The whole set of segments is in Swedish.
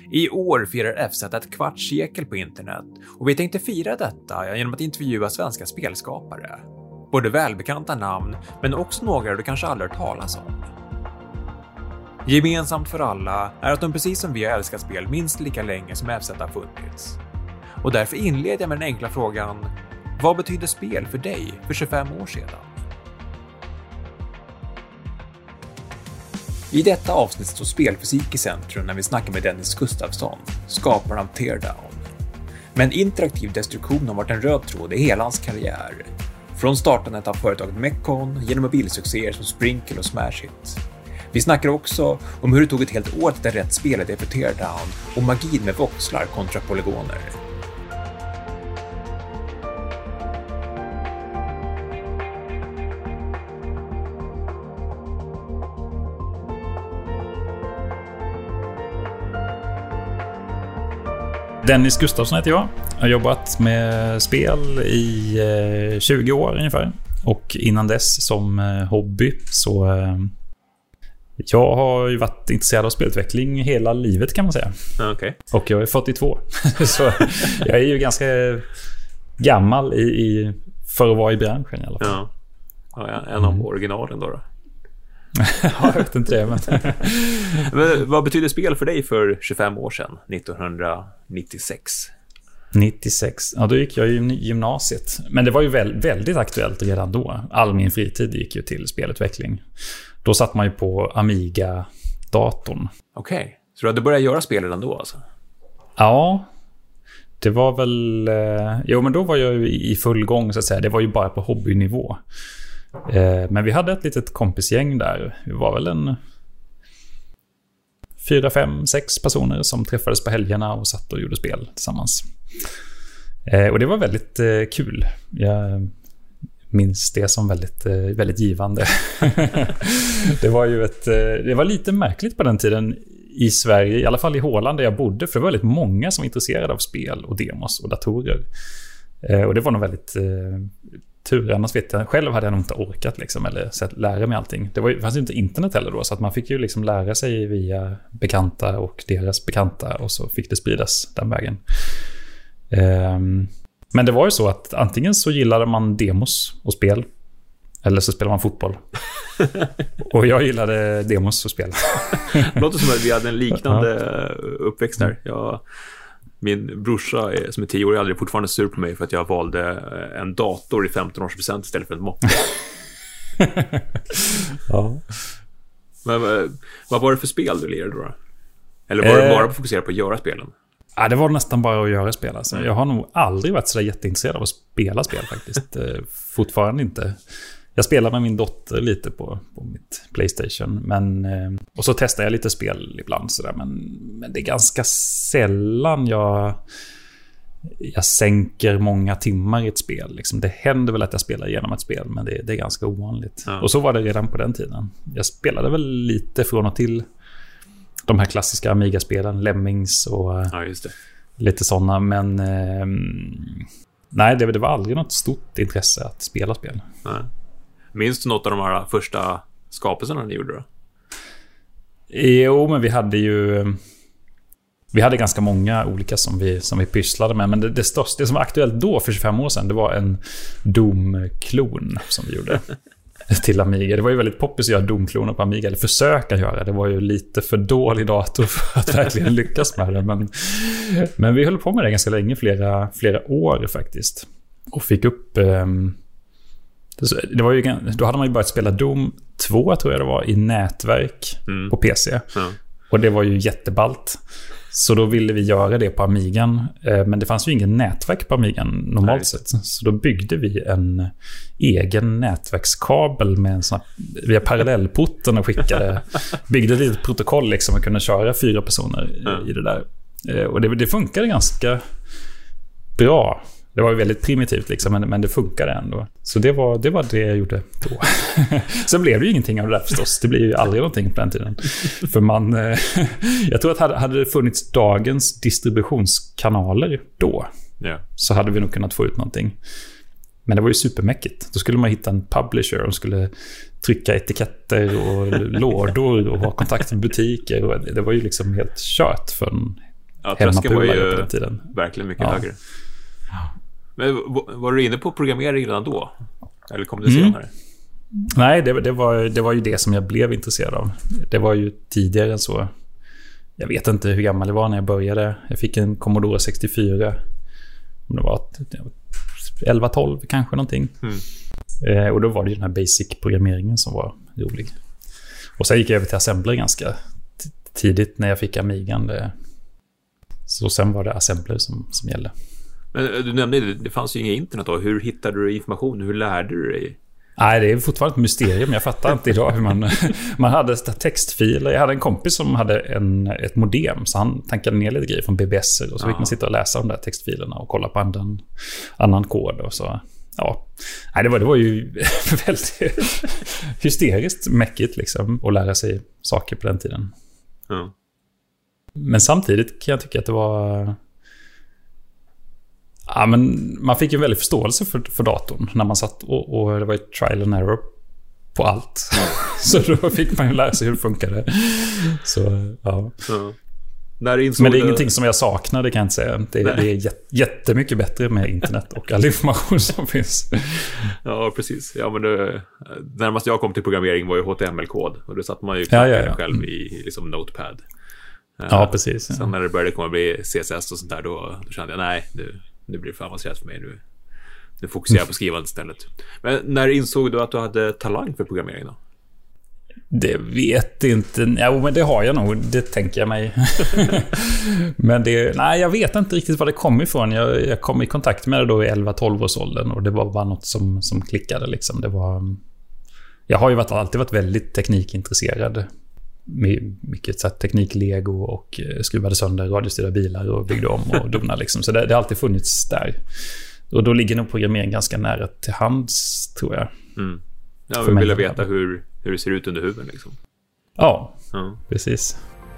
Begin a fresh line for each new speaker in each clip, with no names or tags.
I år firar FZ ett kvartssekel på internet och vi tänkte fira detta genom att intervjua svenska spelskapare. Både välbekanta namn men också några du kanske aldrig hört talas om. Gemensamt för alla är att de precis som vi har älskat spel minst lika länge som FZ har funnits. Och därför inleder jag med den enkla frågan: vad betyder spel för dig för 25 år sedan? I detta avsnitt står spelfysik i centrum när vi snackar med Dennis Gustafsson, skaparen av Teardown. Men interaktiv destruktion har varit en röd tråd i hela hans karriär. Från startandet av företaget Mechon genom mobilsuccéer som Sprinkle och Smash Hit. Vi snackar också om hur det tog ett helt år att hitta rätt spelidé för Teardown och magin med voxlar kontra polygoner.
Dennis Gustafsson heter jag. Jag har jobbat med spel i 20 år ungefär. Och innan dess som hobby så jag har ju varit intresserad av spelutveckling hela livet kan man säga.
Okay.
Och jag är 42. Så jag är ju ganska gammal för att vara i branschen i alla fall.
Ja, en av originalen då.
Jag vet inte det,
men vad betyder spel för dig för 25 år sedan, 1996?
96, ja då gick jag i gymnasiet. Men det var ju väldigt aktuellt redan då. All min fritid gick ju till spelutveckling. Då satt man ju på Amiga-datorn.
Okej, så du hade börjat göra spel redan då alltså?
Ja, det var väl... Jo, men då var jag ju i full gång så att säga. Det var ju bara på hobbynivå. Men vi hade ett litet kompisgäng där. Vi var väl en 4, 5, 6 personer som träffades på helgerna och satt och gjorde spel tillsammans. Och det var väldigt kul. Jag minns det som väldigt givande. Det var lite märkligt på den tiden i Sverige, i alla fall i Holland där jag bodde, för det var väldigt många som var intresserade av spel och demos och datorer. Och det var nog väldigt tur. Annars vet jag, själv hade jag nog inte orkat liksom, eller lära mig allting. Det fanns ju inte internet heller då, så att man fick ju liksom lära sig via bekanta och deras bekanta, och så fick det spridas den vägen. Men det var ju så att antingen så gillade man demos och spel, eller så spelade man fotboll. Och jag gillade demos och spel.
Det låter som att vi hade en liknande uppväxt där. Min brorsa som är 10 år är aldrig fortfarande sur på mig för att jag valde en dator i 15-årspresent istället för en moppe.
Ja.
Men vad var det för spel du lirade då? Eller var det bara fokuserad på att göra spelen?
Ja, det var nästan bara att göra spel. Alltså. Jag har nog aldrig varit så jätteintresserad av att spela spel faktiskt. Fortfarande inte. Jag spelar med min dotter lite på mitt PlayStation. Och så testar jag lite spel ibland. Sådär, men det är ganska sällan jag sänker många timmar i ett spel. Liksom. Det händer väl att jag spelar igenom ett spel, men det är ganska ovanligt. Ja. Och så var det redan på den tiden. Jag spelade väl lite från och till de här klassiska Amiga-spelen, Lemmings och
just det.
Lite sådana. Men nej, det var aldrig något stort intresse att spela spel.
Nej. Minns du något av de här första skapelserna ni gjorde då?
Jo, men vi hade ganska många olika som vi pysslade med. Men det största, det som var aktuellt då för 25 år sedan, det var en Doom-klon som vi gjorde till Amiga. Det var ju väldigt poppis att göra Doom-kloner på Amiga, eller försöka göra. Det var ju lite för dålig dator för att verkligen lyckas med det. Men vi höll på med det ganska länge, flera år faktiskt. Och fick upp... Det var ju, då hade man ju börjat spela Doom 2 tror jag det var, i nätverk på PC. Och det var ju jätteballt. Så då ville vi göra det på Amigan. Men det fanns ju ingen nätverk på Amigan normalt sett. Så då byggde vi en egen nätverkskabel med en sån här, via parallellporten och byggde ett litet protokoll liksom och kunde köra 4 personer i det där. Och det funkade ganska bra. Det var ju väldigt primitivt liksom, men det funkade ändå. Så det var det jag gjorde då. Sen blev det ju ingenting av det där förstås. Det blir ju aldrig någonting på den tiden. För jag tror att hade det funnits dagens distributionskanaler då, så hade vi nog kunnat få ut någonting. Men det var ju supermäckigt. Då skulle man hitta en publisher och skulle trycka etiketter och lådor och ha kontakt med butiker. Och det var ju liksom helt kört för
Ja, tröskeln var ju på den tiden verkligen mycket högre. Ja. Men var du inne på programmering redan då? Eller kom det senare?
Nej, det var ju det som jag blev intresserad av. Det var ju tidigare än så. Jag vet inte hur gammal jag var när jag började. Jag fick en Commodore 64. Om det var 11-12 kanske någonting. Och då var det ju den här basic-programmeringen som var rolig. Och sen gick jag över till Assembler ganska tidigt när jag fick Amigan. Så sen var det Assembler som gällde.
Men du nämnde det fanns ju inga internet då. Hur hittade du information? Hur lärde du dig?
Nej, det är fortfarande ett mysterium. Jag fattar inte idag hur man hade textfiler. Jag hade en kompis som hade ett modem, så han tankade ner lite grejer från BBS och så fick man sitta och läsa de där textfilerna och kolla på annan kod och så. Ja. Nej, det var ju väldigt hysteriskt mäckigt liksom att lära sig saker på den tiden. Men samtidigt kan jag tycka att det var... Ja, men man fick ju en väldig förståelse för datorn när man satt och det var ett trial and error på allt. Så då fick man ju lära sig hur det funkade. Så, ja. Men det är ingenting som jag saknar, det kan jag inte säga. Det är jättemycket bättre med internet och all information som finns.
Ja, precis. Ja, men närmast jag kom till programmering var ju HTML-kod. Och då satt man ju själv i liksom Notepad.
Ja, precis.
Sen när det började komma bli CSS och sånt där, då kände jag, nej, nu blir det för avancerat för mig. Nu fokuserar jag på skrivandet istället. Men när insåg du att du hade talang för programmering då?
Det vet inte. Ja, men det har jag nog. Det tänker jag mig. Men jag vet inte riktigt var det kom ifrån. Jag kom i kontakt med det då i 11-12 års åldern och det var bara något som klickade liksom. Jag har ju alltid varit väldigt teknikintresserad. Mycket så här, tekniklego och skruvade sönder radiostyrda bilar och byggde om och dona liksom. Så det har alltid funnits där. Och då ligger nog programmering ganska nära till hands, tror jag.
Ja, vi vill veta hur det ser ut under huven liksom.
Ja, precis.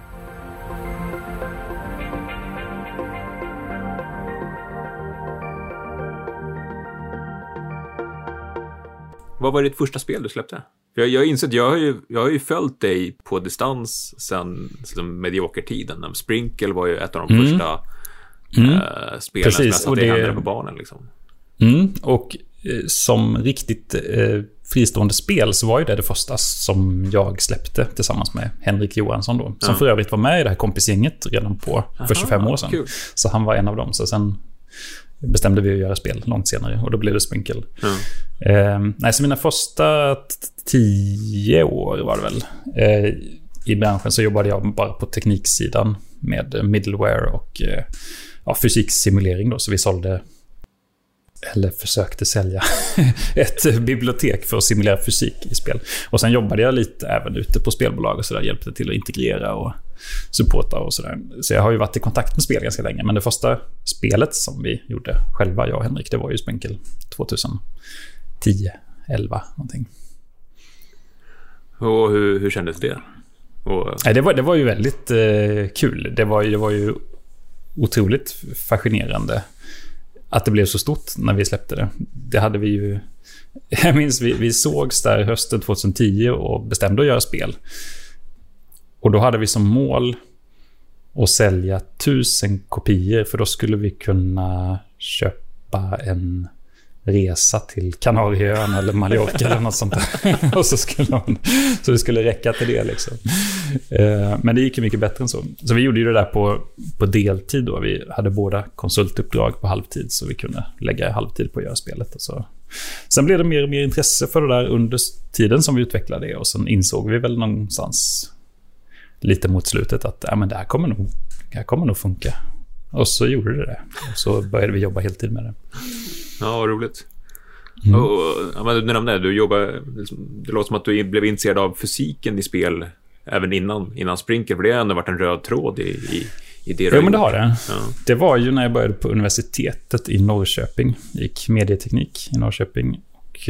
Vad var ditt första spel du släppte? För jag har insett, jag har ju följt dig på distans sen mediokertiden. Sprinkle var ju ett av de första spelen som jag satt i händerna på barnen liksom.
Och som riktigt fristående spel så var ju det första som jag släppte tillsammans med Henrik Johansson då, som för övrigt var med i det här kompisgänget redan för 25 år sedan. Kul. Så han var en av dem. Så sen bestämde vi att göra spel långt senare och då blev det Sprinkle. Så mina första 10 år var det väl i branschen så jobbade jag bara på tekniksidan med middleware och fysiksimulering då, så vi sålde eller försökte sälja ett bibliotek för att simulera fysik i spel. Och sen jobbade jag lite även ute på spelbolag och så där, hjälpte till att integrera och supporta och sådär. Så jag har ju varit i kontakt med spel ganska länge, men det första spelet som vi gjorde själva, jag och Henrik, det var ju Sprinkle 2010, 11 någonting.
Och hur kändes det?
Det var ju väldigt kul. Det var ju otroligt fascinerande att det blev så stort när vi släppte det. Det hade vi ju... Jag minns, vi sågs där hösten 2010 och bestämde att göra spel. Och då hade vi som mål att sälja 1000 kopior, för då skulle vi kunna köpa en resa till Kanarieöarna eller Mallorca eller något sånt där. Och så det skulle räcka till det liksom. Men det gick ju mycket bättre än så. Så vi gjorde ju det där på deltid då. Vi hade båda konsultuppdrag på halvtid, så vi kunde lägga halvtid på att göra spelet. Och så. Sen blev det mer och mer intresse för det där under tiden som vi utvecklade det, och sen insåg vi väl någonstans lite mot slutet att men det här kommer nog funka. Och så gjorde det. Och så började vi jobba heltid med det.
Ja, vad roligt. Du nämnde det, det låter som att du blev intresserad av fysiken i spel även innan Sprinkle, för det har ändå varit en röd tråd i det.
Ja, men det har det. Ja. Det var ju när jag började på universitetet i Norrköping. Gick medieteknik i Norrköping. Och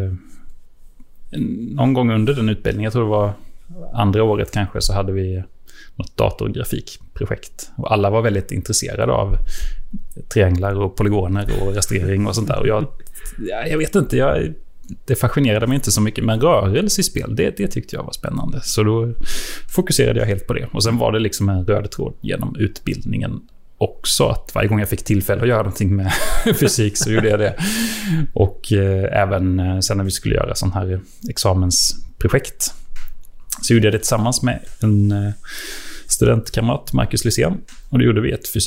någon gång under den utbildningen, jag tror det var andra året kanske, så hade vi något datorgrafikprojekt. Och alla var väldigt intresserade av trianglar och polygoner och restaurering och sånt där. Och jag vet inte, det fascinerade mig inte så mycket, men rörelse i spel, det tyckte jag var spännande. Så då fokuserade jag helt på det. Och sen var det liksom en röd tråd genom utbildningen också, att varje gång jag fick tillfälle att göra någonting med fysik så gjorde jag det. Och även sen när vi skulle göra sån här examensprojekt så gjorde jag det tillsammans med en studentkamrat, Marcus Lysén, och då gjorde vi ett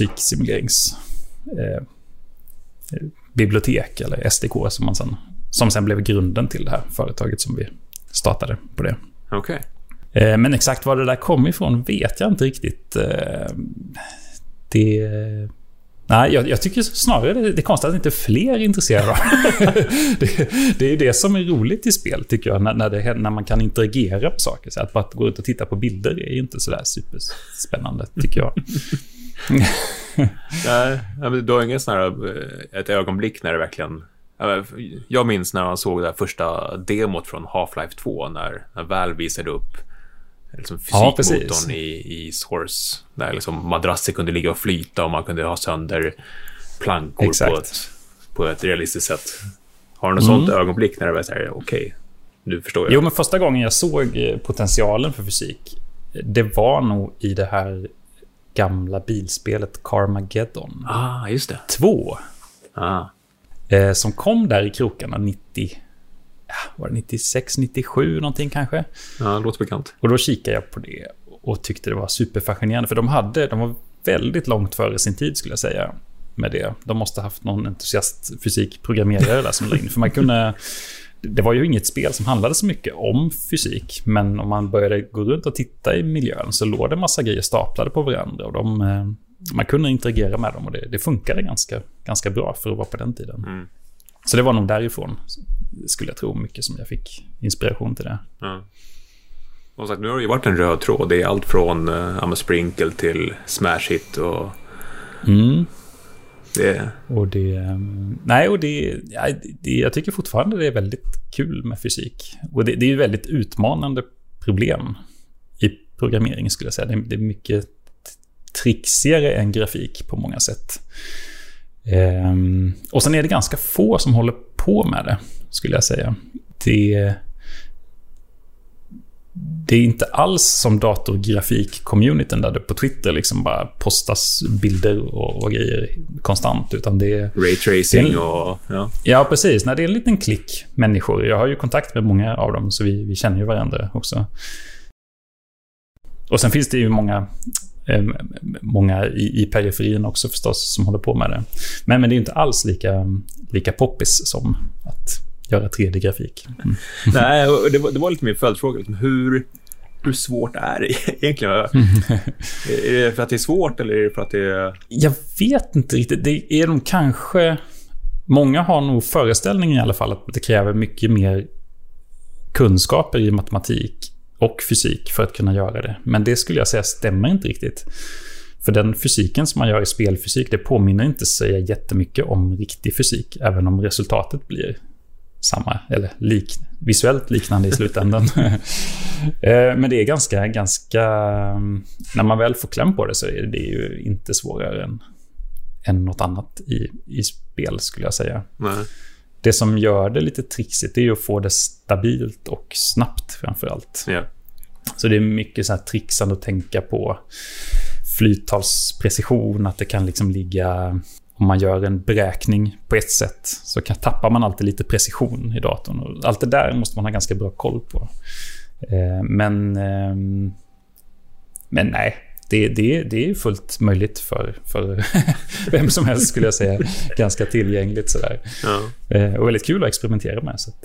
fysiksimuleringsbibliotek eller SDK som sen blev grunden till det här företaget som vi startade på det.
Okej.
Men exakt var det där kom ifrån vet jag inte riktigt. Nej, jag tycker snarare det är konstigt att inte fler är intresserade av det är ju det som är roligt i spel, tycker jag, när man kan interagera på saker. Så att bara gå ut och titta på bilder är ju inte sådär superspännande, tycker jag.
Nej, du har ingen sån här ett ögonblick när det verkligen... Jag minns när man såg det här första demot från Half-Life 2 när Valve visade upp liksom fysikmotorn i Source, där liksom madrasser kunde ligga och flyta och man kunde ha sönder plankor på ett realistiskt sätt. Har du något sånt ögonblick när det var så här, okej, nu förstår jag?
Jo, men första gången jag såg potentialen för fysik, det var nog i det här gamla bilspelet Carmageddon.
Just det.
2. Som kom där i krokarna 96, 97 någonting kanske.
Ja, det låter bekant.
Och då kikade jag på det och tyckte det var superfascinerande, för de var väldigt långt före sin tid, skulle jag säga, med det. De måste ha haft någon entusiast fysikprogrammerare där som la in, för man kunde... Det var ju inget spel som handlade så mycket om fysik, men om man började gå runt och titta i miljön så låg det massa grejer staplade på varandra och man kunde interagera med dem, och det funkade ganska bra för att vara på den tiden. Så det var nog därifrån, skulle jag tro, mycket som jag fick inspiration till det.
Ja. Och sagt, nu har det ju varit en röd tråd. Det är allt från Sprinkle till Smash Hit och...
Jag tycker fortfarande det är väldigt kul med fysik. Och det är ju väldigt utmanande problem i programmering, skulle jag säga. Det är mycket trixigare än grafik på många sätt. Och sen är det ganska få som håller på med det, skulle jag säga. Det är inte alls som datorgrafik-communityn där det på Twitter liksom bara postas bilder och grejer konstant, utan det är...
Raytracing och...
Ja, precis. Det är en liten klick människor. Jag har ju kontakt med många av dem, så vi känner ju varandra också. Och sen finns det ju många i periferin också förstås som håller på med det. Men det är inte alls lika poppis som att göra 3D-grafik.
Nej, det var lite min följdfråga. Hur svårt är det egentligen? Är det för att det är svårt, eller är det för att det är...
Jag vet inte riktigt. Det är de kanske... Många har nog föreställningen i alla fall att det kräver mycket mer kunskaper i matematik och fysik för att kunna göra det. Men det skulle jag säga stämmer inte riktigt. För den fysiken som man gör i spelfysik, det påminner inte så jättemycket om riktig fysik, även om resultatet blir samma, eller visuellt liknande i slutändan. Men det är ganska när man väl får kläm på det, så är det ju inte svårare än något annat i spel, skulle jag säga. Nej. Det som gör det lite trixigt är ju att få det stabilt och snabbt framförallt. Yeah. Så det är mycket så här trixande att tänka på flyttalsprecision, att det kan liksom ligga... Om man gör en beräkning på ett sätt så tappar man alltid lite precision i datorn. Och allt det där måste man ha ganska bra koll på. Men nej, det är fullt möjligt för vem som helst, skulle jag säga. Ganska tillgängligt sådär. Ja. Och väldigt kul att experimentera med. Så att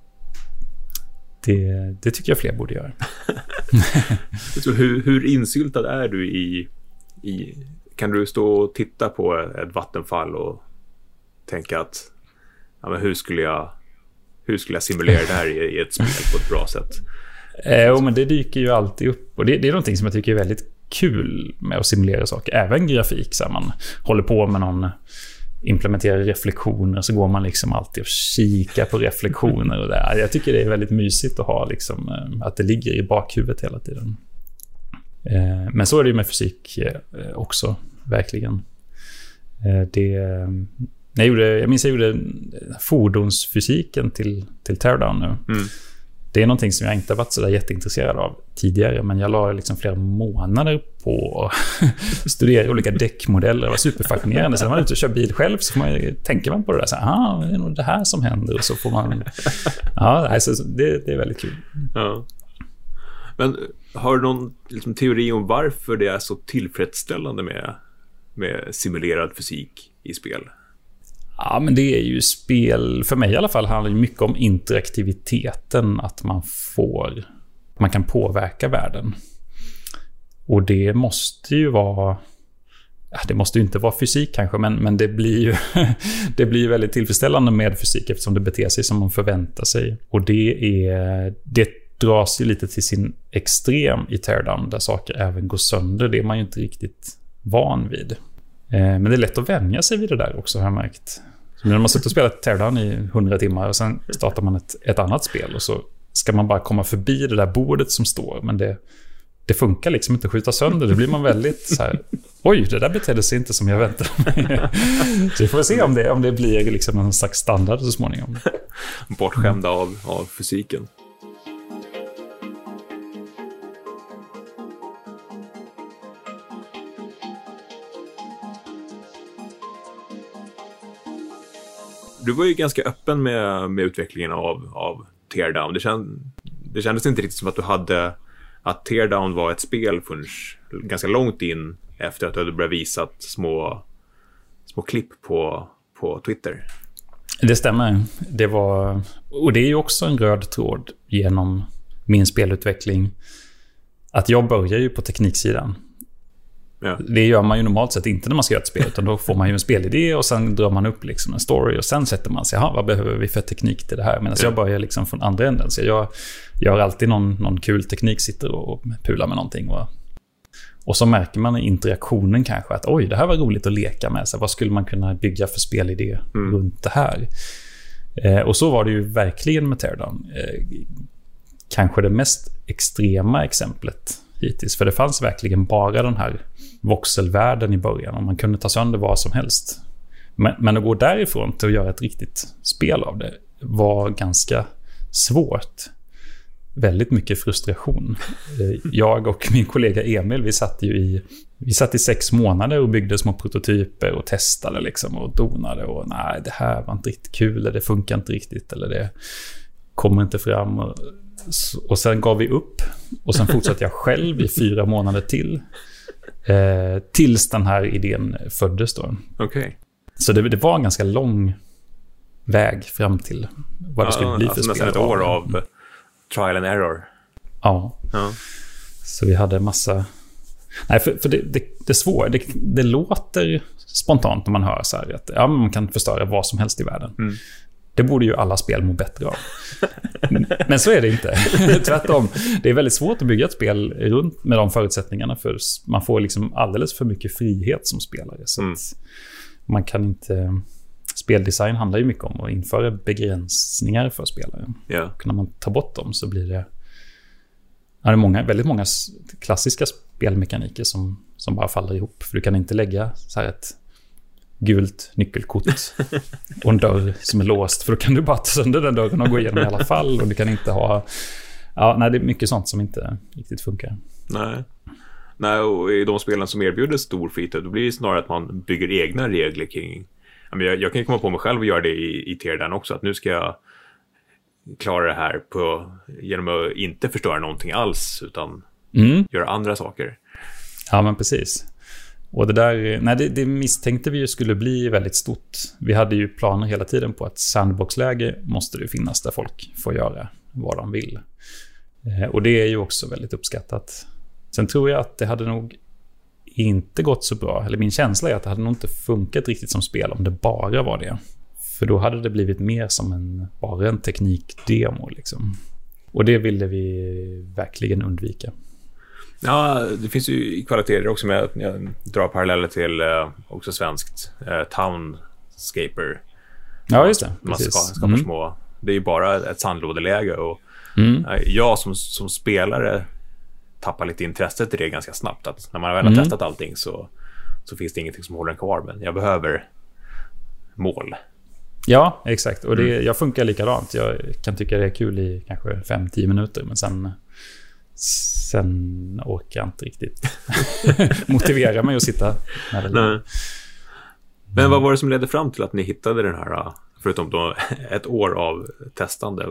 det tycker jag fler borde göra.
Så hur insyltad är du i kan du stå och titta på ett vattenfall och tänka att men hur skulle jag simulera det här i ett spel på ett bra sätt?
Men det dyker ju alltid upp, och det är någonting som jag tycker är väldigt kul med att simulera saker, även grafik, så man håller på med någon, implementerar reflektioner, så går man liksom alltid och kikar på reflektioner och där. Jag tycker det är väldigt mysigt att ha liksom, att det ligger i bakhuvudet hela tiden. Men så är det ju med fysik också, verkligen. Jag minns jag gjorde fordonsfysiken till Teardown nu. Det är någonting som jag inte har varit så där jätteintresserad av tidigare, men jag la liksom flera månader på att studera olika däckmodeller. Det var superfascinerande. Sen när man är ute och kör bil själv så får man tänker man på det där. Så det är nog det här som händer. Och så får man... så det är väldigt kul.
Ja. Men har du någon liksom, teori om varför det är så tillfredsställande med simulerad fysik i spel?
Ja, men det är ju spel, för mig i alla fall, handlar det mycket om interaktiviteten, att man kan påverka världen. Och det måste ju vara, det måste ju inte vara fysik kanske, men det blir ju det blir väldigt tillfredsställande med fysik eftersom det beter sig som man förväntar sig. Och det dras ju lite till sin extrem i Teardown, där saker även går sönder. Det är man ju inte riktigt van vid. Men det är lätt att vänja sig vid det där också, har jag märkt. Så när man sitter och spelar Teardown i 100 timmar och sen startar man ett annat spel och så ska man bara komma förbi det där bordet som står, men det funkar liksom inte att skjuta sönder. Det blir man väldigt så här, oj, det där betedde sig inte som jag väntade mig. Så vi får se om det blir liksom en slags standard så småningom.
Bortskämda av fysiken. Du var ju ganska öppen med utvecklingen av Teardown. Det kändes inte riktigt som att du hade att Teardown var ett spel förrän ganska långt in efter att du hade börjat visa små klipp på Twitter.
Det stämmer. Och det är ju också en röd tråd genom min spelutveckling att jag börjar ju på tekniksidan. Ja. Det gör man ju normalt sett inte när man ska göra ett spel, utan då får man ju en spelidé och sen drar man upp liksom en story och sen sätter man sig, vad behöver vi för teknik till det här? Men jag börjar liksom från andra änden, så jag har alltid någon kul teknik, sitter och pular med någonting och så märker man i interaktionen kanske att oj, det här var roligt att leka med, så vad skulle man kunna bygga för spelidé runt det här? Och så var det ju verkligen med Teardown. Kanske det mest extrema exemplet hittills, för det fanns verkligen bara den här voxelvärlden i början och man kunde ta sönder vad som helst. Men att gå därifrån till att göra ett riktigt spel av det var ganska svårt. Väldigt mycket frustration. Jag och min kollega Emil, vi satt i 6 månader och byggde små prototyper och testade liksom och donade och nej, det här var inte riktigt kul, eller det funkar inte riktigt, eller det kommer inte fram. Och sen gav vi upp och sen fortsatte jag själv i 4 månader till tills den här idén föddes då.
Okay.
Så det var en ganska lång väg fram till vad det skulle bli för spel.
Nästan ett år av trial and error.
Ja. Så vi hade massa... Nej, för det är svårt. Det låter spontant när man hör så här att man kan förstöra vad som helst i världen. Det borde ju alla spel må bättre av. Men så är det inte. Tvärtom. Det är väldigt svårt att bygga ett spel runt med de förutsättningarna, för man får liksom alldeles för mycket frihet som spelare. Så att man kan inte... Speldesign handlar ju mycket om att införa begränsningar för spelare.
Yeah.
Och när man tar bort dem så blir det... väldigt många klassiska spelmekaniker som bara faller ihop. För du kan inte lägga så här ett gult nyckelkort och en dörr som är låst, för då kan du bara ta sönder den dörren och gå igenom i alla fall, och du kan inte ha... det är mycket sånt som inte riktigt funkar.
Nej, och i de spelen som erbjuder stor frihet, då blir det snarare att man bygger egna regler kring... Jag kan komma på mig själv och göra det i Teardown också, att nu ska jag klara det här genom att inte förstöra någonting alls, utan göra andra saker.
Ja, men precis. Och det där, det misstänkte vi ju skulle bli väldigt stort. Vi hade ju planer hela tiden på att sandboxläge måste det finnas där folk får göra vad de vill. Och det är ju också väldigt uppskattat. Sen tror jag att det hade nog inte gått så bra, eller min känsla är att det hade nog inte funkat riktigt som spel om det bara var det. För då hade det blivit mer som bara en teknikdemo liksom. Och det ville vi verkligen undvika.
Ja, det finns ju kvaliteter också med att jag drar paralleller till också svenskt Townscaper.
Ja, just det.
Man skapar små... Det är ju bara ett sandlådeläge och jag som spelare tappar lite intresset i det ganska snabbt. Att när man väl har testat allting så finns det ingenting som håller en kvar. Men jag behöver mål.
Ja, exakt. Och jag funkar likadant. Jag kan tycka det är kul i kanske 5-10 minuter, men sen orkar jag inte riktigt motivera mig att sitta med det.
Nej. Men vad var det som ledde fram till att ni hittade den här, förutom då ett år av testande?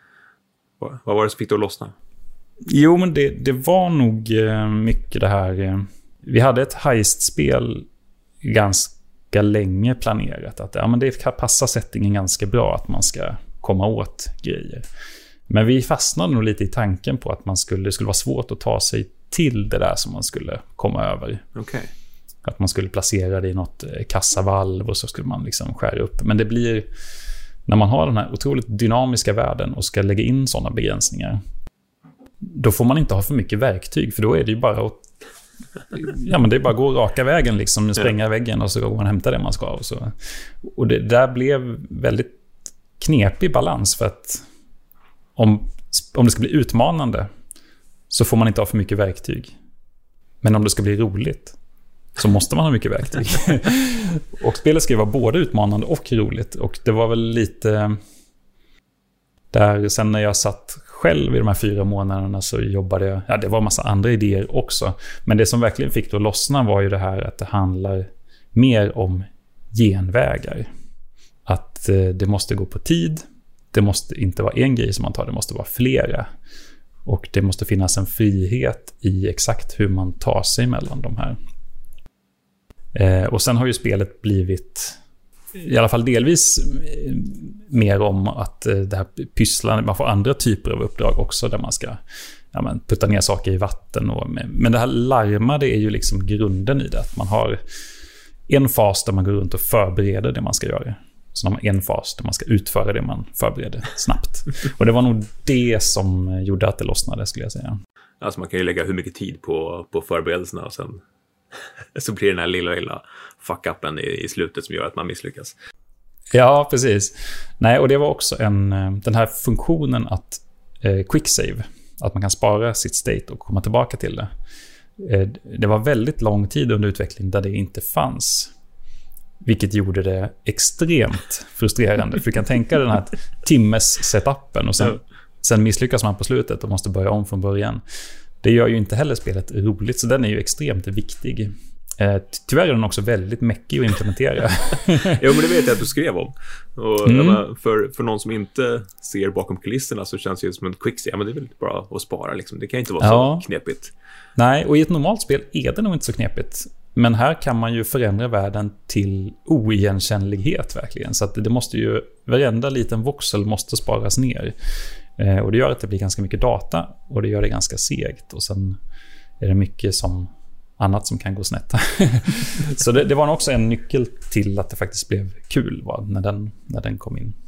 Vad var det som fick det att lossna?
Jo, men det var nog mycket det här. Vi hade ett heist-spel ganska länge planerat. Att men det kan passa settingen ganska bra att man ska komma åt grejer. Men vi fastnade nog lite i tanken på att det skulle vara svårt att ta sig till det där som man skulle komma över.
Okay.
Att man skulle placera det i något kassavalv och så skulle man liksom skära upp. Men det blir, när man har den här otroligt dynamiska världen och ska lägga in sådana begränsningar, då får man inte ha för mycket verktyg, för då är det ju bara att det är bara att gå raka vägen liksom, spränga väggen och så går man hämta det man ska. Och det där blev väldigt knepig balans, för att om det ska bli utmanande så får man inte ha för mycket verktyg. Men om det ska bli roligt så måste man ha mycket verktyg. Och spelet ska ju vara både utmanande och roligt. Och det var väl lite där sen när jag satt själv i de här 4 månaderna så jobbade jag, det var en massa andra idéer också. Men det som verkligen fick det att lossna var ju det här att det handlar mer om genvägar. Att det måste gå på tid. Det måste inte vara en grej som man tar, det måste vara flera. Och det måste finnas en frihet i exakt hur man tar sig mellan de här. Och sen har ju spelet blivit, i alla fall delvis, mer om att det här pysslan, man får andra typer av uppdrag också där man ska putta ner saker i vatten. Men det här larmade är ju liksom grunden i det. Att man har en fas där man går runt och förbereder det man ska göra. Så har man en fas där man ska utföra det man förbereder snabbt. Och det var nog det som gjorde att det lossnade, skulle jag säga.
Alltså man kan ju lägga hur mycket tid på förberedelserna och sen så blir den här lilla fuck-upen i slutet som gör att man misslyckas.
Ja, precis. Nej, och det var också den här funktionen att quick save, att man kan spara sitt state och komma tillbaka till det. Det var väldigt lång tid under utveckling där det inte fanns. Vilket gjorde det extremt frustrerande. För du kan tänka den här timmes setupen och sen misslyckas man på slutet och måste börja om från början. Det gör ju inte heller spelet roligt, så den är ju extremt viktig. Tyvärr är den också väldigt mäckig att implementera.
Jo, men det vet jag att du skrev om. Och för någon som inte ser bakom kulisserna så känns det ju som en quick save. Men det är väl bara att spara liksom. Det kan inte vara så knepigt. Nej,
och i ett normalt spel är det nog inte så knepigt. Men här kan man ju förändra världen till oigenkännlighet verkligen. Så att det måste ju, varenda liten voxel måste sparas ner. Och det gör att det blir ganska mycket data och det gör det ganska segt. Och sen är det mycket annat som kan gå snett. Så det var nog också en nyckel till att det faktiskt blev kul när den kom in.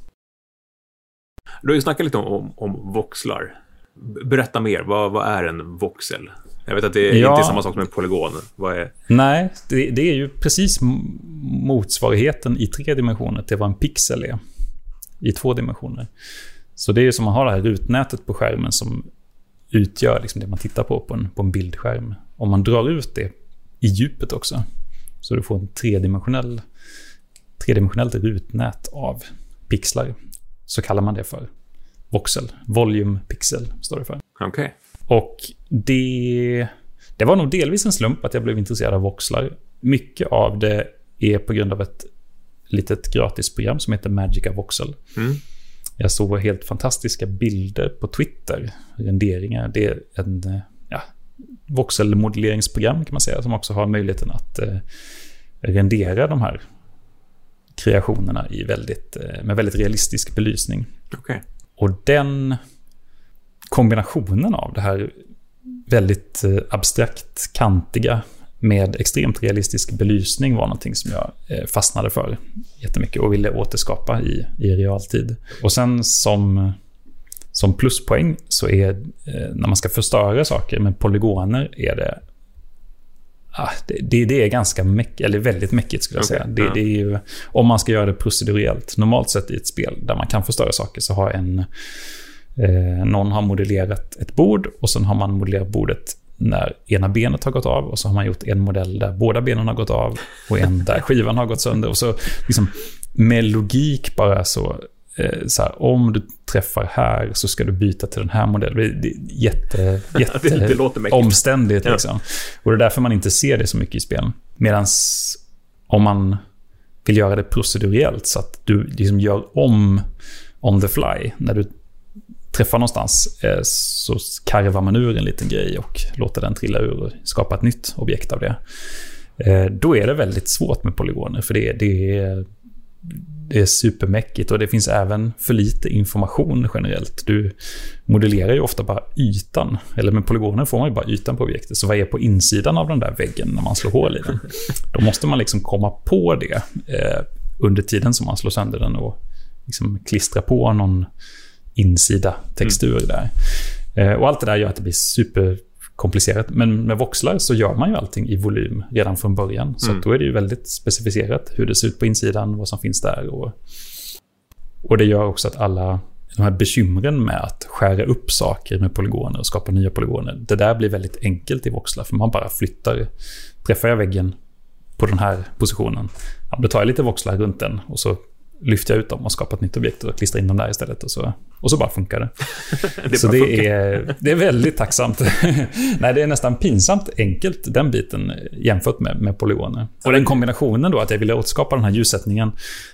Du har ju snackat lite om voxlar. Berätta mer, vad är en voxel? Jag vet att det är inte samma sak som en polygon. Vad är...
Nej, det är ju precis motsvarigheten i 3 dimensioner till vad en pixel är i 2 dimensioner. Så det är ju som man har det här rutnätet på skärmen som utgör liksom det man tittar på en bildskärm. Om man drar ut det i djupet också, så du får en tredimensionellt rutnät av pixlar, så kallar man det för voxel. Volume pixel står det för.
Okay.
Och det var nog delvis en slump att jag blev intresserad av voxlar. Mycket av det är på grund av ett litet gratisprogram som heter Magica Voxel. Jag såg helt fantastiska bilder på Twitter, renderingar. Det är en voxelmodelleringsprogram kan man säga, som också har möjligheten att rendera de här kreationerna med väldigt realistisk belysning.
Okay.
Och den kombinationen av det här väldigt abstrakt kantiga med extremt realistisk belysning var någonting som jag fastnade för jättemycket och ville återskapa i realtid. Och sen som pluspoäng så är när man ska förstöra saker med polygoner är det är ganska eller väldigt mäckigt skulle jag säga. Det är ju, om man ska göra det procedurellt. Normalt sett i ett spel där man kan förstöra saker så har någon har modellerat ett bord och sen har man modellerat bordet när ena benet har gått av och så har man gjort en modell där båda benen har gått av och en där skivan har gått sönder och så liksom med logik bara så här, om du träffar här så ska du byta till den här modellen. Det är jätte omständigt liksom. Och det är därför man inte ser det så mycket i spelen. Medan om man vill göra det procedurellt så att du liksom gör on the fly när du träffar någonstans, så karvar man ur en liten grej och låter den trilla ur och skapa ett nytt objekt av det. Då är det väldigt svårt med polygoner, för det är supermäckigt och det finns även för lite information generellt. Du modellerar ju ofta bara ytan, eller med polygoner får man ju bara ytan på objektet. Så vad är på insidan av den där väggen när man slår hål i den? Då måste man liksom komma på det under tiden som man slår sönder den och liksom klistra på någon insida textur där. Och allt det där gör att det blir superkomplicerat. Men med voxlar så gör man ju allting i volym redan från början. Så då är det ju väldigt specificerat hur det ser ut på insidan, vad som finns där. Och det gör också att alla de här bekymren med att skära upp saker med polygoner och skapa nya polygoner, det där blir väldigt enkelt i voxlar, för man bara flyttar. Träffar jag väggen på den här positionen, då tar jag lite voxlar runt den och så lyfter jag ut dem och skapar ett nytt objekt och klistrar in dem där istället, och så bara funkar det. Så det är väldigt tacksamt. Nej, det är nästan pinsamt enkelt, den biten, jämfört med polygoner. Och den kombinationen då, att jag ville återskapa den här ljussättningen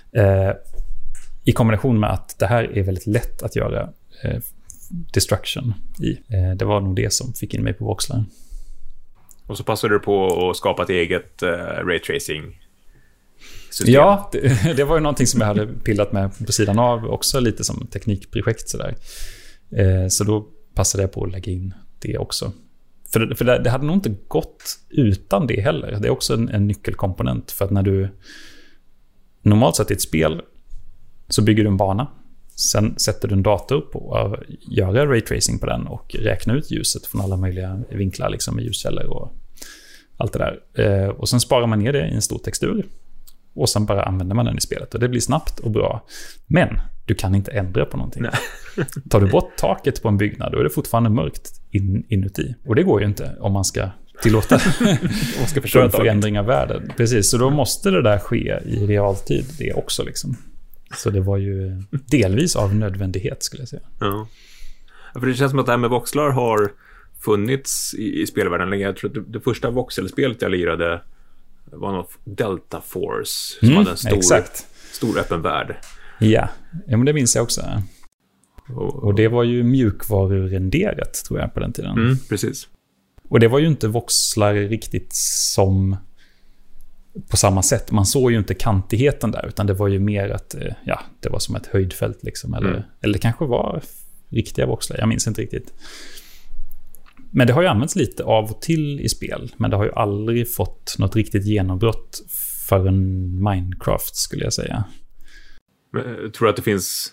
i kombination med att det här är väldigt lätt att göra destruction i. Det var nog det som fick in mig på voxlar. Och
så passade du på att skapa ett eget raytracing system.
Ja, det var ju någonting som jag hade pillat med på sidan av också, lite som teknikprojekt sådär. Så då passade jag på att lägga in det också. För det hade nog inte gått utan det heller. Det är också en nyckelkomponent, för att när du normalt sett i ett spel så bygger du en bana. Sen sätter du en dator på att göra raytracing på den och räkna ut ljuset från alla möjliga vinklar liksom, med ljuskällor och allt det där. Och sen sparar man ner det i en stor textur. Och sen bara använder man den i spelet. Och det blir snabbt och bra. Men du kan inte ändra på någonting. Tar du bort taket på en byggnad, då är det fortfarande mörkt inuti. Och det går ju inte om man ska tillåta för en förändring av världen. Precis, så då måste det där ske i realtid det också liksom. Så det var ju delvis av nödvändighet, skulle jag säga.
Ja. För det känns som att det här med voxlar har funnits i spelvärlden länge. Jag tror att det första voxelspelet jag lirade var något Delta Force som hade en stor öppen värld.
Ja, men det minns jag också. Och det var ju mjukvarurenderat, tror jag, på den tiden.
Precis.
Och det var ju inte voxlar riktigt som på samma sätt. Man såg ju inte kantigheten där, utan det var ju mer att det var som ett höjdfält liksom, eller det kanske var riktiga voxlar, jag minns inte riktigt. Men det har ju använts lite av och till i spel, men det har ju aldrig fått något riktigt genombrott förrän Minecraft, skulle jag säga.
Men, tror du att det finns,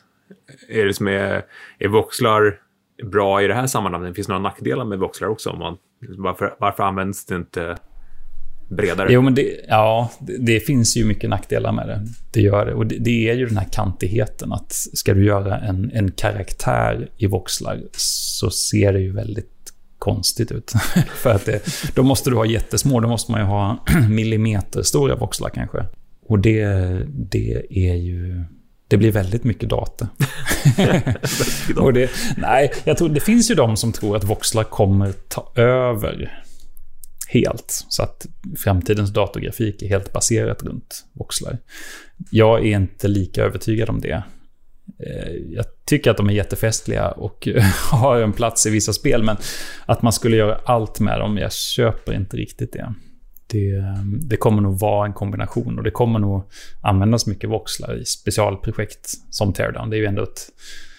är voxlar bra i det här sammanhanget? Finns det några nackdelar med voxlar också? Varför används det inte bredare?
Jo, men det finns ju mycket nackdelar med det. Det gör det. Och det är ju den här kantigheten, att ska du göra en karaktär i voxlar så ser det ju väldigt konstigt ut. För att då måste du ha jättesmå, då måste man ju ha millimeter stora voxlar kanske. Och det är ju, det blir väldigt mycket data. Och jag tror det finns ju de som tror att voxlar kommer ta över helt, så att framtidens datorgrafik är helt baserat runt voxlar. Jag är inte lika övertygad om det. Jag tycker att de är jättefestliga och har en plats i vissa spel, men att man skulle göra allt med dem, jag köper inte riktigt det. Det kommer nog vara en kombination, och det kommer nog användas mycket voxlar i specialprojekt som Teardown. Det är ju ändå ett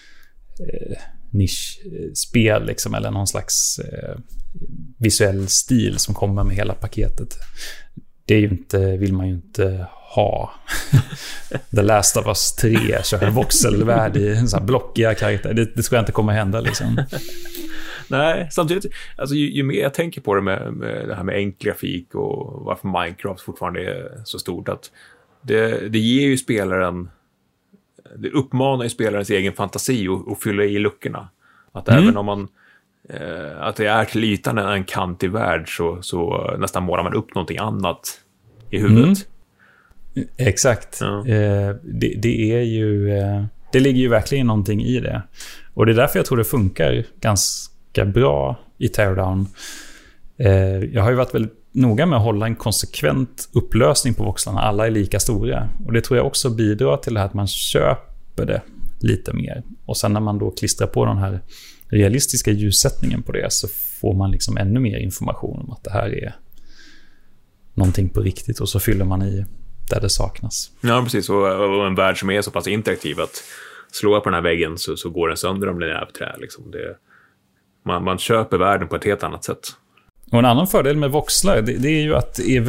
nischspel liksom, eller någon slags visuell stil som kommer med hela paketet. Det är ju inte, vill man ju inte ha. The Last of Us 3 kör en voxelvärld i en sån här blockiga karaktär. Det tror jag inte kommer hända liksom.
Nej, samtidigt, alltså, ju mer jag tänker på det med det här med enkel grafik och varför Minecraft fortfarande är så stort, att det ger ju spelaren, det uppmanar ju spelarens egen fantasi och fylla i luckorna. Att även om man att det är till ytan en kantig värld, så nästan målar man upp någonting annat i huvudet.
Exakt. Ja. Det är ju... Det ligger ju verkligen någonting i det. Och det är därför jag tror det funkar ganska bra i Teardown. Jag har ju varit väldigt noga med att hålla en konsekvent upplösning på voxlarna. Alla är lika stora. Och det tror jag också bidrar till det här att man köper det lite mer. Och sen när man då klistrar på den här realistiska ljussättningen på det, så får man liksom ännu mer information om att det här är någonting på riktigt, och så fyller man i där det saknas.
Ja, precis. Och en värld som är så pass interaktiv att slå på den här väggen så går den sönder om den är på trä. Liksom. Man köper världen på ett helt annat sätt.
Och en annan fördel med voxlar, det är ju att det är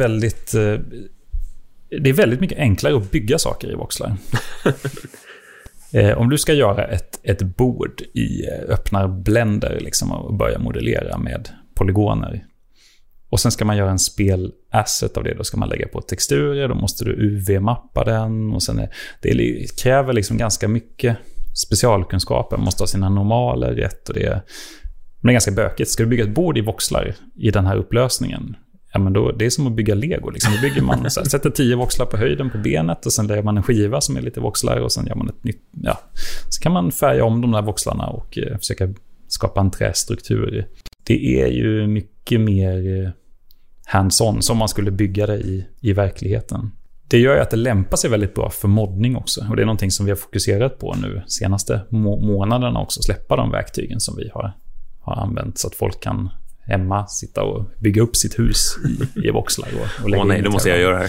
väldigt mycket enklare att bygga saker i voxlar. Om du ska göra ett bord i öppnar Blender liksom, och börja modellera med polygoner, och sen ska man göra en spelasset av det, då ska man lägga på texturer, då måste du UV-mappa den, och sen det kräver liksom ganska mycket specialkunskaper. Man måste ha sina normaler rätt, och det är ganska bökigt. Ska du bygga ett bord i voxlar i den här upplösningen, ja, men då, det är som att bygga Lego. Liksom. Då bygger man, så sätter 10 voxlar på höjden på benet, och sen lägger man en skiva som är lite voxlar, och sen gör man ett nytt. Ja. Så kan man färga om de där voxlarna och försöka skapa en trästruktur. Det är ju mycket mer hands-on som man skulle bygga det i verkligheten. Det gör ju att det lämpar sig väldigt bra för moddning också. Och det är någonting som vi har fokuserat på nu senaste månaderna också. Släppa de verktygen som vi har använt, så att folk kan hemma sitta och bygga upp sitt hus i voxlar och lägga
nej, det måste jag göra här.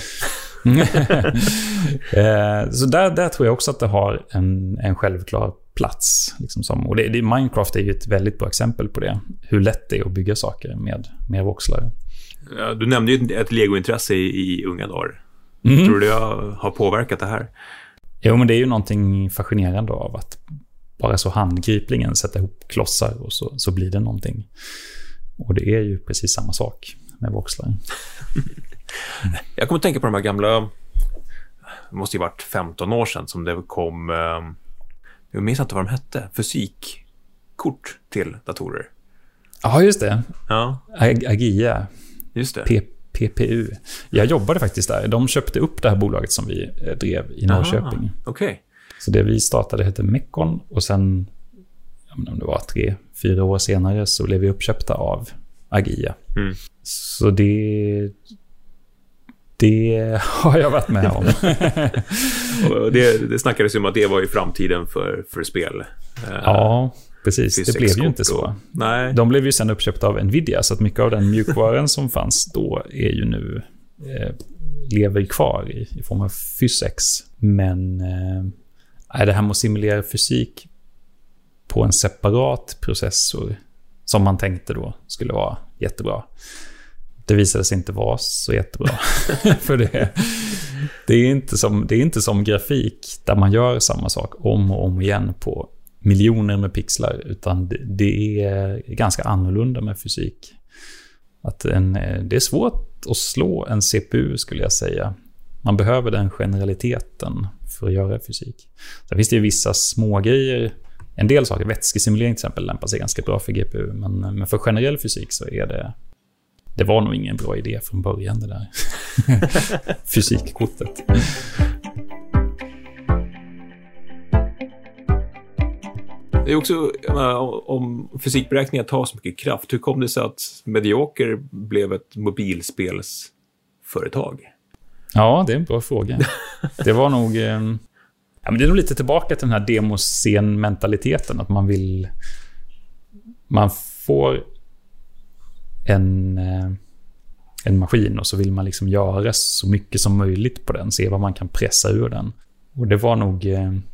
Så där tror jag också att det har en självklar plats. Liksom och Minecraft är ju ett väldigt bra exempel på det. Hur lätt det är att bygga saker med voxlar.
Ja, du nämnde ju ett Lego-intresse i unga dagar. Tror du det har påverkat det här?
Jo, men det är ju någonting fascinerande av att bara så handgripligen sätta ihop klossar, och så blir det någonting. Och det är ju precis samma sak med voxlar.
Jag kommer att tänka på de här gamla, det måste ju varit 15 år sedan som det kom, jag minns inte vad de hette, fysikkort till datorer.
Ja, just det.
Ja.
Agia.
Just det.
PPU. Jag jobbade faktiskt där. De köpte upp det här bolaget som vi drev i Norrköping.
Okay.
Så det vi startade hette Mekon, och sen, om det var 3-4 år senare, så blev vi uppköpta av Agia. Så det har jag varit med om.
Och det snackades ju om att det var i framtiden för spel.
Ja, precis. Det blev ju inte så.
Nej.
De blev ju sen uppköpta av Nvidia, så att mycket av den mjukvaran som fanns då är ju nu lever kvar i form av PhysX. Men det här med att simulera fysik på en separat processor som man tänkte då skulle vara jättebra, det visade sig inte vara så jättebra. För det är inte som grafik där man gör samma sak om och om igen på miljoner med pixlar, utan det är ganska annorlunda med fysik. Det är svårt att slå en CPU, skulle jag säga. Man behöver den generaliteten för att göra fysik. Sen finns det ju vissa små grejer. En del saker, vätskesimulering till exempel, lämpar sig ganska bra för GPU. Men för generell fysik så är det var nog ingen bra idé från början, det där fysikkortet.
Det är också, om fysikberäkningar tar så mycket kraft, hur kom det sig att Mediocre blev ett mobilspelsföretag?
Ja, det är en bra fråga. Det var nog... men det är nog lite tillbaka till den här demoscen-mentaliteten, att man får en maskin, och så vill man liksom göra så mycket som möjligt på den, se vad man kan pressa ur den. Och det var nog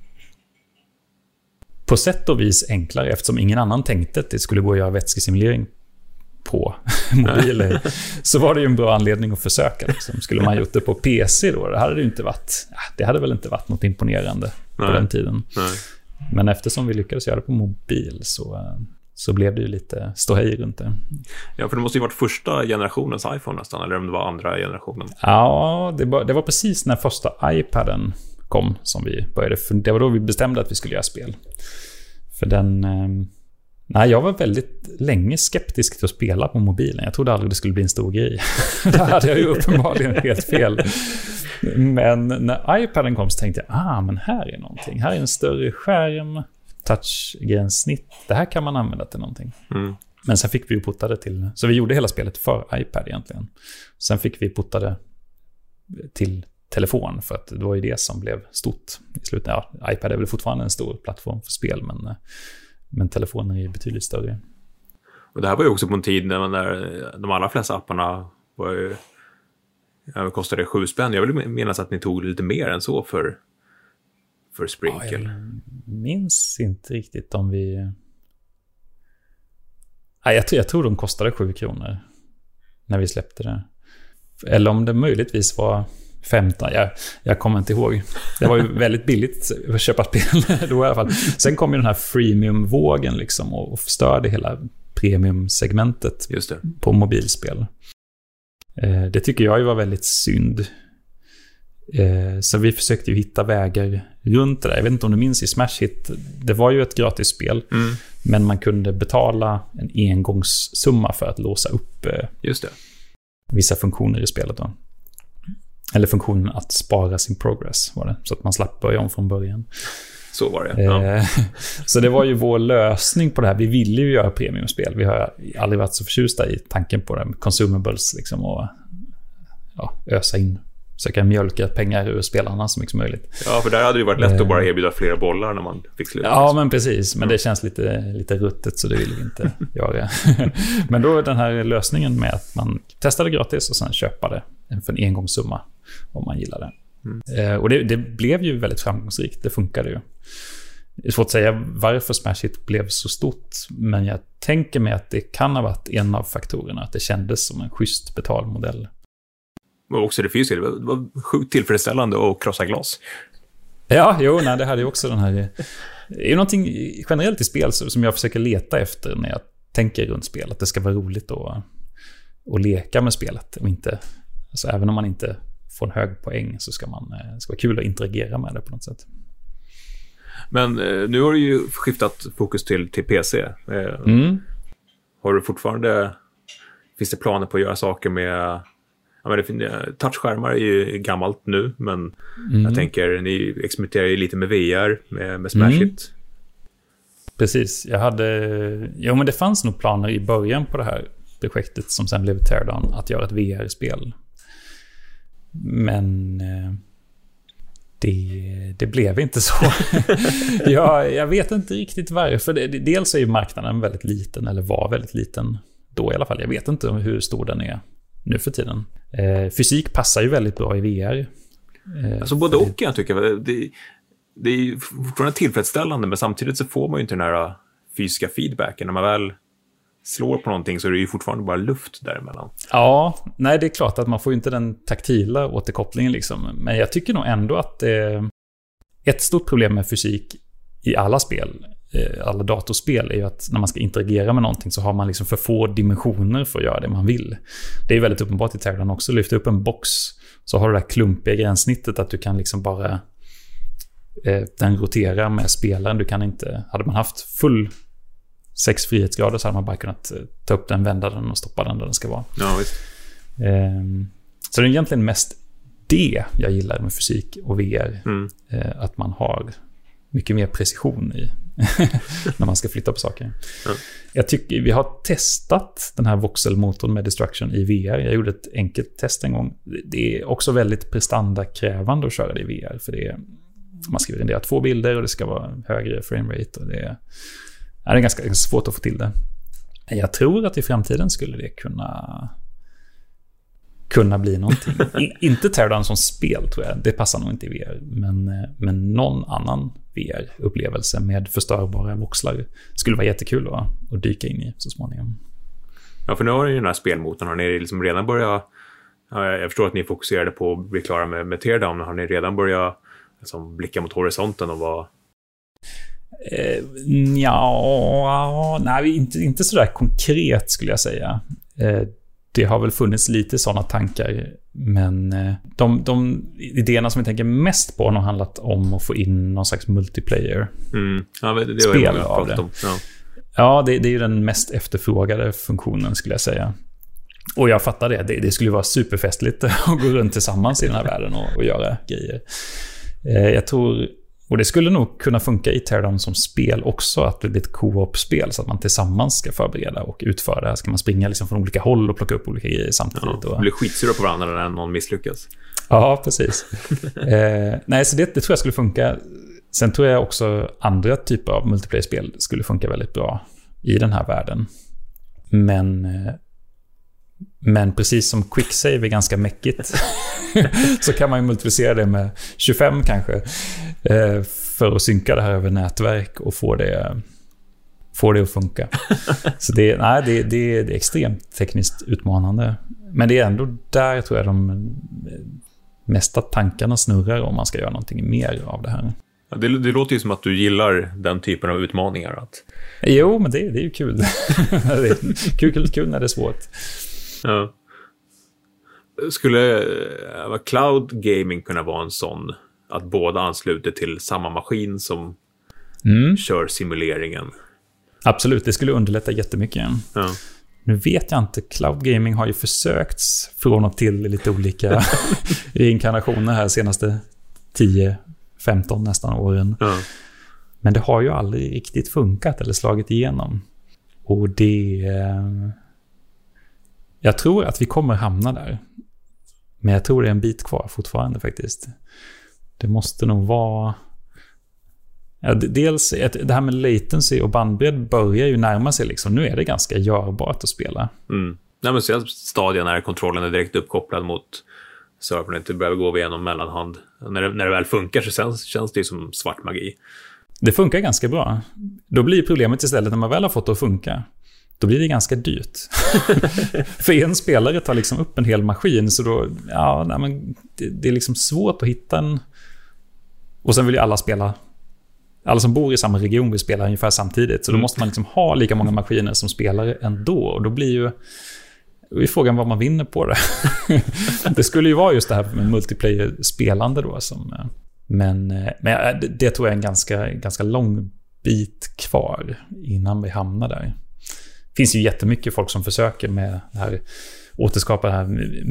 på sätt och vis enklare, eftersom ingen annan tänkte att det skulle gå att göra vätskesimulering på mobiler. Så var det ju en bra anledning att försöka. Liksom. Skulle man gjort det på PC då, det hade väl inte varit något imponerande på den tiden. Nej. Men eftersom vi lyckades göra det på mobil så blev det ju lite ståhej runt det. Ja,
för det måste ju varit första generationens iPhone nästan, eller om det var andra generationen. Ja,
det var precis när första iPaden kom som vi började. Det var då vi bestämde att vi skulle göra spel. För jag var väldigt länge skeptisk till att spela på mobilen. Jag trodde aldrig det skulle bli en stor grej. Där hade jag ju uppenbarligen helt fel. Men när iPaden kom så tänkte jag, men här är någonting. Här är en större skärm, touchgränssnitt. Det här kan man använda till någonting. Men sen fick vi ju porta det till... Så vi gjorde hela spelet för iPad egentligen. Sen fick vi porta det till telefon, för att det var ju det som blev stort i slutet. Ja, iPad är väl fortfarande en stor plattform för spel, men telefonen är ju betydligt större.
Och det här var ju också på en tid när de allra flesta apparna var ju, kostade 7 spänn. Jag vill minnas att ni tog lite mer än så för Sprinkle.
Jag minns inte riktigt om vi... Nej, jag tror de kostade 7 kronor när vi släppte det. Eller om det möjligtvis var 15. Jag kommer inte ihåg. Det var ju väldigt billigt att köpa spel då i alla fall. Sen kom ju den här freemium-vågen liksom och förstörde hela premium-segmentet på mobilspel. Det tycker jag ju var väldigt synd. Så vi försökte ju hitta vägar runt det där. Jag vet inte om du minns i Smash Hit. Det var ju ett gratis spel. Men man kunde betala en engångssumma för att låsa upp vissa funktioner i spelet då. Eller funktionen att spara sin progress var det. Så att man slapp börja om från början.
Så var det.
Så det var ju vår lösning på det här. Vi ville ju göra premiumspel. Vi har aldrig varit så förtjusta i tanken på det med consumables liksom, och ösa in, försöka mjölka pengar ur spelarna så mycket som möjligt.
Ja, för där hade det varit lätt att bara erbjuda flera bollar när man fick slut.
Ja, men precis. Men det känns lite ruttet, så det vill vi inte göra. Men då den här lösningen med att man testade gratis och sen köpa det för en engångssumma om man gillar det. Och det blev ju väldigt framgångsrikt. Det funkade ju. Det är svårt att säga varför Smash Hit blev så stort, men jag tänker mig att det kan ha varit en av faktorerna, att det kändes som en schysst betalmodell.
Och också det fysiska, det var sjukt tillfredsställande att krossa glas.
Ja, det hade ju också den här... Det är ju någonting generellt i spel som jag försöker leta efter när jag tänker runt spel, att det ska vara roligt att leka med spelet och inte... Alltså även om man inte får en hög poäng så ska det vara kul att interagera med det på något sätt.
Men nu har du ju skiftat fokus till PC. Har du fortfarande... Finns det planer på att göra saker med... touchskärmar är ju gammalt nu, men jag tänker, ni experimenterar ju lite med VR med Smash Hit.
Precis, men det fanns nog planer i början på det här projektet som sen blev Teardown att göra ett VR-spel. Men det blev inte så. Jag vet inte riktigt varför. Dels är ju marknaden väldigt liten, eller var väldigt liten då i alla fall. Jag vet inte hur stor den är nu för tiden. Fysik passar ju väldigt bra i VR.
Alltså både och, jag tycker. Det är ju fortfarande tillfredsställande, men samtidigt så får man ju inte den här fysiska feedbacken. När man väl slår på någonting så är det ju fortfarande bara luft däremellan. Ja,
nej, det är klart att man får ju inte den taktila återkopplingen liksom. Men jag tycker nog ändå att ett stort problem med fysik i alla spel, alla datorspel, är ju att när man ska interagera med någonting så har man liksom för få dimensioner för att göra det man vill. Det är väldigt uppenbart i Teardown också. Lyfta upp en box så har du det där klumpiga gränssnittet att du kan liksom bara den roterar med spelaren. Du kan inte, hade man haft full 6 frihetsgrader så hade man bara kunnat ta upp den, vända den och stoppa den där den ska vara.
Ja, visst.
Så det är egentligen mest det jag gillar med fysik och VR. Att man har mycket mer precision i när man ska flytta på saker. Jag tycker vi har testat den här voxelmotorn med Destruction i VR. Jag gjorde ett enkelt test en gång. Det är också väldigt prestandakrävande att köra det i VR, för man ska rendera 2 bilder och det ska vara högre framerate och det är ganska svårt att få till det. Jag tror att i framtiden skulle det kunna bli någonting. Inte Teardown som spel, tror jag. Det passar nog inte i VR. Men någon annan VR-upplevelse med förstörbara voxlar skulle vara jättekul att dyka in i så småningom.
Ja, för nu har ni den här spelmotorn. Har ni liksom redan börjat... Jag förstår att ni fokuserade på att bli klara med Teardown. Har ni redan börjat liksom blicka mot horisonten och vad... Nej, inte så där konkret skulle jag säga. Det har väl funnits lite sådana tankar, men de idéerna som vi tänker mest på har handlat om att få in någon slags multiplayer spel av det. Ja, det är ju den mest efterfrågade funktionen skulle jag säga.
Och jag fattar det. Det skulle vara superfestligt att gå runt tillsammans i den här världen och göra grejer. Jag tror, och det skulle nog kunna funka i Teardown som spel också, att det blir ett co-op-spel så att man tillsammans ska förbereda och utföra det här. Ska man springa liksom från olika håll och plocka upp olika grejer samtidigt.
Ja, blir skitsura på varandra när någon misslyckas.
Ja, precis. Nej, så det tror jag skulle funka. Sen tror jag också andra typer av multiplayer-spel skulle funka väldigt bra i den här världen. Men precis som quicksave är ganska mäckigt så kan man ju multiplicera det med 25 kanske för att synka det här över nätverk och få det att funka. Så det är extremt tekniskt utmanande. Men det är ändå där tror jag de mesta tankarna snurrar om man ska göra någonting mer av det här.
Ja, det låter ju som att du gillar den typen av utmaningar.
Jo, men det är ju kul. Det är kul när det är svårt.
Ja. Skulle cloud gaming kunna vara en sån att båda ansluter till samma maskin som kör simuleringen?
Absolut, det skulle underlätta jättemycket.
Ja.
Nu vet jag inte, cloud gaming har ju försökts från och till lite olika reinkarnationer här senaste 10-15 nästan åren.
Ja.
Men det har ju aldrig riktigt funkat eller slagit igenom. Och jag tror att vi kommer hamna där. Men jag tror det är en bit kvar fortfarande faktiskt. Det måste nog vara... Ja, dels det här med latency och bandbredd börjar ju närma sig liksom. Nu är det ganska görbart att spela.
Nej, men så stadien när kontrollen är direkt uppkopplad mot servern, inte behöver gå via någon mellanhand. När det väl funkar så känns det som svart magi.
Det funkar ganska bra. Då blir problemet istället när man väl har fått det att funka. Då blir det ganska dyrt. För en spelare tar liksom upp en hel maskin, så då, det är liksom svårt att hitta en... Och sen vill ju alla spela... Alla som bor i samma region vill spela ungefär samtidigt. Så då måste man liksom ha lika många maskiner som spelare ändå. Och då blir ju... Då är frågan vad man vinner på det. Det skulle ju vara just det här med multiplayer-spelande då. Men det tror jag är en ganska lång bit kvar innan vi hamnar där. Det finns ju jättemycket folk som försöker med det här, återskapa det här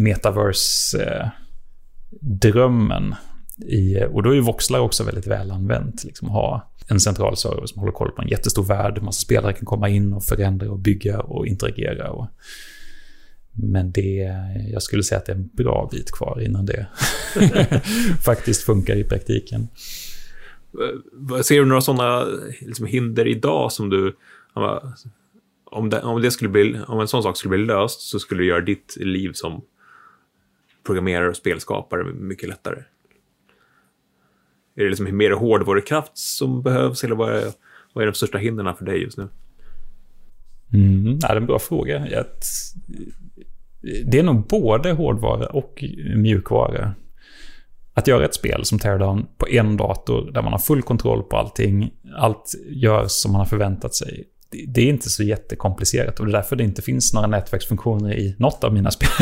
metaverse-drömmen. Och då är ju voxlar också väldigt väl använt. Liksom, ha en central server som håller koll på en jättestor värld. Massa spelare kan komma in och förändra och bygga och interagera. Men jag skulle säga att det är en bra bit kvar innan det faktiskt funkar i praktiken.
Ser du några sådana liksom hinder idag som du... Om en sån sak skulle bli löst så skulle det göra ditt liv som programmerare och spelskapare mycket lättare? Är det liksom mer hårdvarukraft som behövs, eller vad är de största hindren för dig just nu?
Det är en bra fråga. Det är nog både hårdvara och mjukvara. Att göra ett spel som Teardown på en dator där man har full kontroll på allting, allt görs som man har förväntat sig. Det är inte så jättekomplicerat, och det är därför det inte finns några nätverksfunktioner i något av mina spel.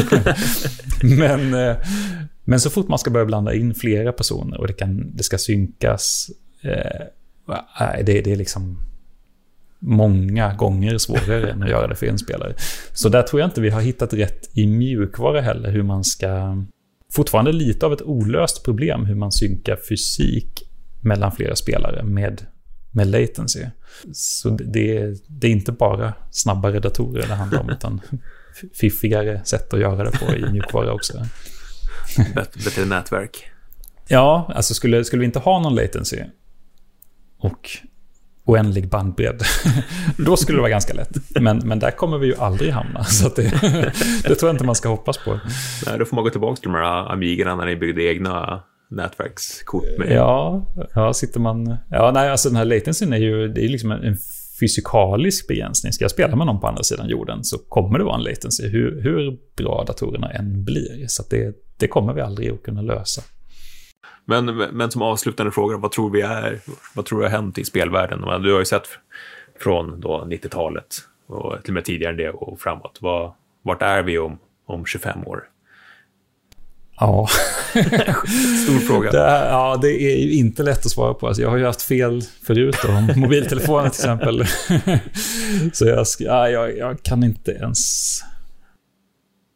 Men så fort man ska börja blanda in flera personer och det ska synkas, det är liksom många gånger svårare än att göra det för en spelare. Så där tror jag inte vi har hittat rätt i mjukvara heller, hur man ska... Fortfarande lite av ett olöst problem hur man synkar fysik mellan flera spelare med latency. Så det är inte bara snabbare datorer det handlar om, utan fiffigare sätt att göra det på i mjukvara också.
Bättre nätverk.
Ja, alltså skulle vi inte ha någon latency och oändlig bandbredd, då skulle det vara ganska lätt. Men där kommer vi ju aldrig hamna, så att det tror jag inte man ska hoppas på.
Nej, då får man gå tillbaka till de här Amigorna när ni byggde egna nätverkskort med.
Ja, sitter man... Ja, nej, alltså den här latencyn det är liksom en fysikalisk begränsning. Ska jag spela med någon på andra sidan jorden så kommer det vara en latency, hur bra datorerna än blir. Så att det kommer vi aldrig att kunna lösa.
Men som avslutande fråga, vad tror du har hänt i spelvärlden? Du har ju sett från då 90-talet och till och med tidigare än det och framåt. Vart är vi om 25 år?
Ja.
Stor fråga.
Det är ju inte lätt att svara på. Alltså, jag har ju haft fel förut om mobiltelefoner till exempel. Så jag kan inte ens...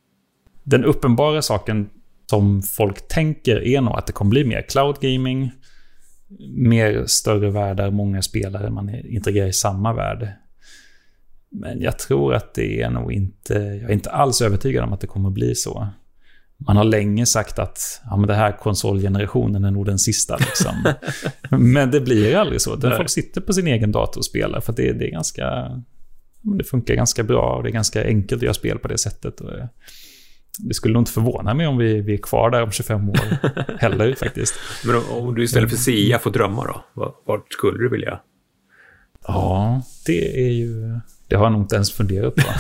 den uppenbara saken som folk tänker är nog att det kommer bli mer cloud gaming, mer större världar, många spelare, man integrerar i samma värld. Men jag tror att det är nog inte, jag är inte alls övertygad om att det kommer att bli så. Man har länge sagt att men det här konsolgenerationen är nog den sista liksom. Men det blir aldrig så. Folk sitter på sin egen dator och spelar, för det är ganska, det funkar ganska bra och det är ganska enkelt att göra spel på det sättet. Och det skulle nog inte förvåna mig om vi är kvar där om 25 år heller faktiskt.
Men om du istället för SIA får drömma då, vart skulle du vilja?
Ja, det har jag nog inte ens funderat på.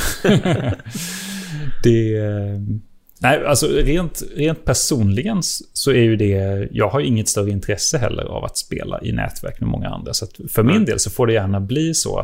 Nej, alltså rent personligen så är ju det, jag har inget större intresse heller av att spela i nätverk med många andra, så att för min del så får det gärna bli så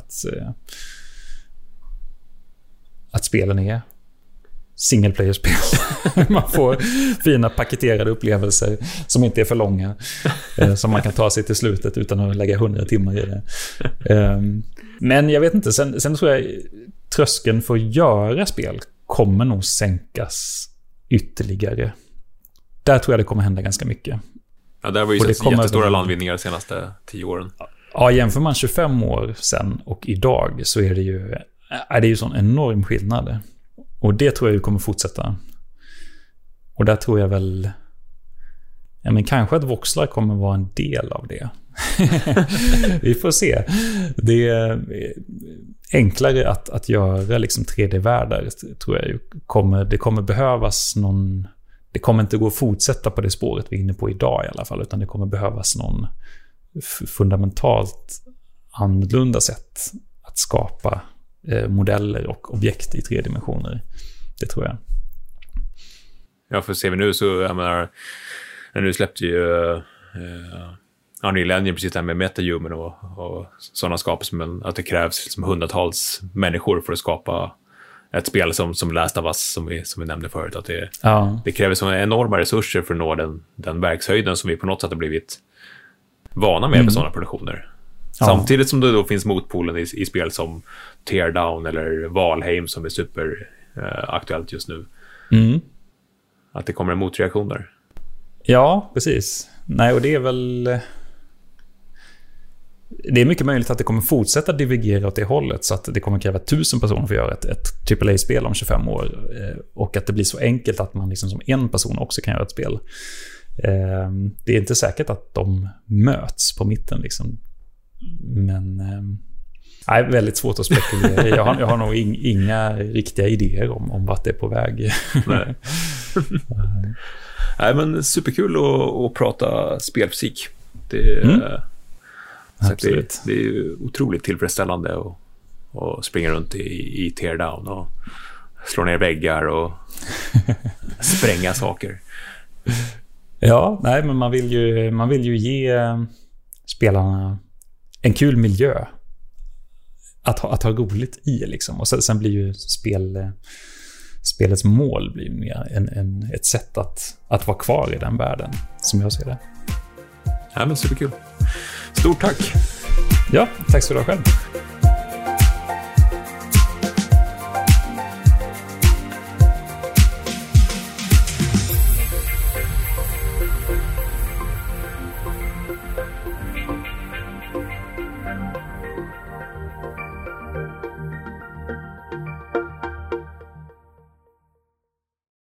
att spelen är single player-spel. Man får fina paketerade upplevelser som inte är för långa, som man kan ta sig till slutet utan att lägga 100 timmar i det. Men jag vet inte, sen tror jag tröskeln för att göra spel kommer nog sänkas ytterligare. Där tror jag det kommer hända ganska mycket.
Ja, där var ju jättestora landvinningar de senaste 10 åren.
Ja, jämför man 25 år sedan och idag så är det ju sån enorm skillnad. Och det tror jag ju kommer fortsätta. Och där tror jag väl, men kanske att voxlar kommer vara en del av det. Vi får se. Det är enklare att göra liksom 3D-världar, tror jag ju. Det kommer behövas någon, det kommer inte gå att fortsätta på det spåret vi är inne på idag i alla fall, utan det kommer behövas någon fundamentalt annorlunda sätt att skapa modeller och objekt i 3 dimensioner. Det tror jag.
Ja, för ser vi nu så, jag menar, nu släppte ju Unreal Engine precis där med MetaHuman och sådana skapelser, att det krävs liksom hundratals människor för att skapa ett spel som Last of Us, som vi nämnde förut, att det kräver så enorma resurser för att nå den verkshöjden som vi på något sätt har blivit vana med sådana produktioner. Ja. Samtidigt som det då finns motpolen i spel som Teardown eller Valheim som är super aktuellt just nu. Att det kommer en motreaktion där. Ja, precis. Nej, och det är väl, det är mycket möjligt att det kommer fortsätta divergera åt det hållet, så att det kommer kräva 1000 personer för att göra ett AAA-spel om 25 år, och att det blir så enkelt att man liksom som en person också kan göra ett spel. Det är inte säkert att de möts på mitten liksom. Men nej, väldigt svårt att spekulera. Jag har nog inga riktiga idéer om vart det är på väg. Nej. Nej, men superkul att prata spelfysik. Det är ju otroligt tillfredsställande att springa runt i Teardown och slå ner väggar och spränga saker.
Ja, nej, men man vill ju ge spelarna en kul miljö att ha roligt i liksom. Och sen blir ju spelets mål blir mer ett sätt att vara kvar i den världen, som jag ser det.
Ja, men superkul. Stort tack.
Ja, tack så du ha själv.